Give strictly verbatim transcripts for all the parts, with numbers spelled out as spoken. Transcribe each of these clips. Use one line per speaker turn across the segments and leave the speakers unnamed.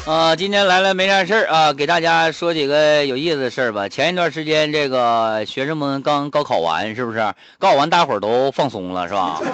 啊，今天来了没啥事儿啊，给大家说几个有意思的事儿吧。前一段时间，这个学生们刚高考完，是不是？高考完，大伙儿都放松了，是吧？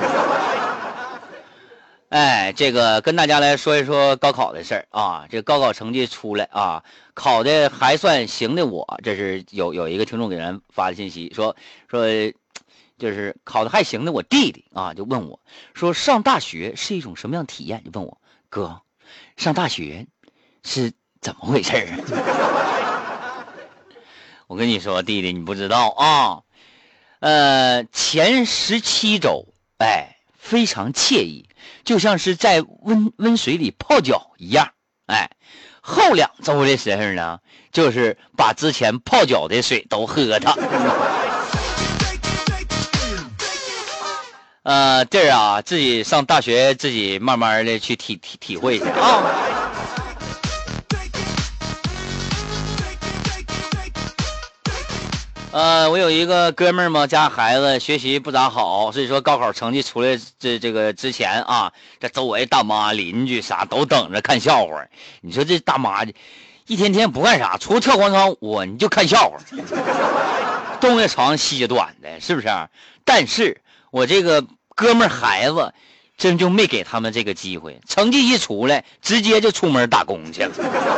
哎，这个跟大家来说一说高考的事儿啊。这高考成绩出来啊，考的还算行的我，这是有有一个听众给人发的信息，说说就是考的还行的我弟弟啊，就问我说上大学是一种什么样的体验？就问我哥，上大学是怎么回事啊？我跟你说，弟弟，你不知道啊，呃，前十七周，哎，非常惬意，就像是在温温水里泡脚一样，哎，后两周的时候呢，就是把之前泡脚的水都喝它。呃，这儿啊，自己上大学，自己慢慢的去体体体会去啊。呃，我有一个哥们儿嘛，家孩子学习不咋好，所以说高考成绩出来这这个之前啊，这周围大妈邻居啥都等着看笑话。你说这大妈一天天不干啥，除了跳广场舞，你就看笑话，东家长西家短的，是不是？但是我这个哥们儿孩子真就没给他们这个机会，成绩一出来，直接就出门打工去了。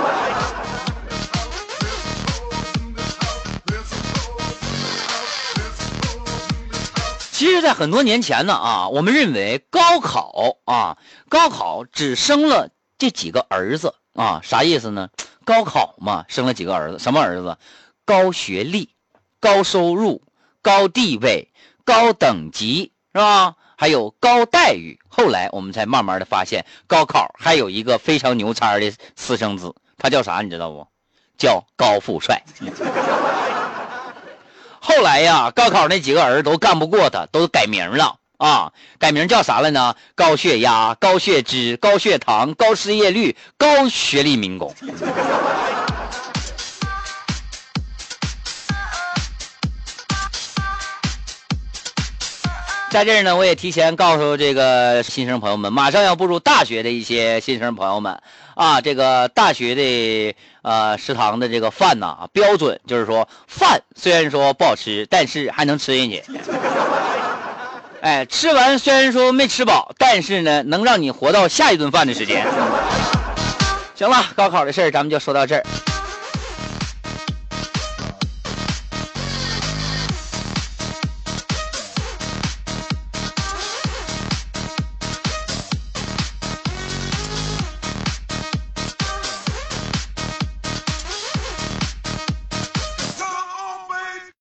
其实在很多年前呢啊，我们认为高考啊，高考只生了这几个儿子啊，啥意思呢？高考嘛，生了几个儿子，什么儿子？高学历、高收入、高地位、高等级，是吧？还有高待遇。后来我们才慢慢的发现，高考还有一个非常牛叉的私生子，他叫啥你知道不？叫高富帅。后来呀，高考那几个儿都干不过他，都改名了啊，改名叫啥了呢？高血压、高血脂、高血糖、高失业率、高学历民工。在这儿呢，我也提前告诉这个新生朋友们，马上要步入大学的一些新生朋友们啊，这个大学的呃食堂的这个饭呐，标准就是说，饭虽然说不好吃，但是还能吃进去。哎，吃完虽然说没吃饱，但是呢，能让你活到下一顿饭的时间。行了，高考的事儿咱们就说到这儿。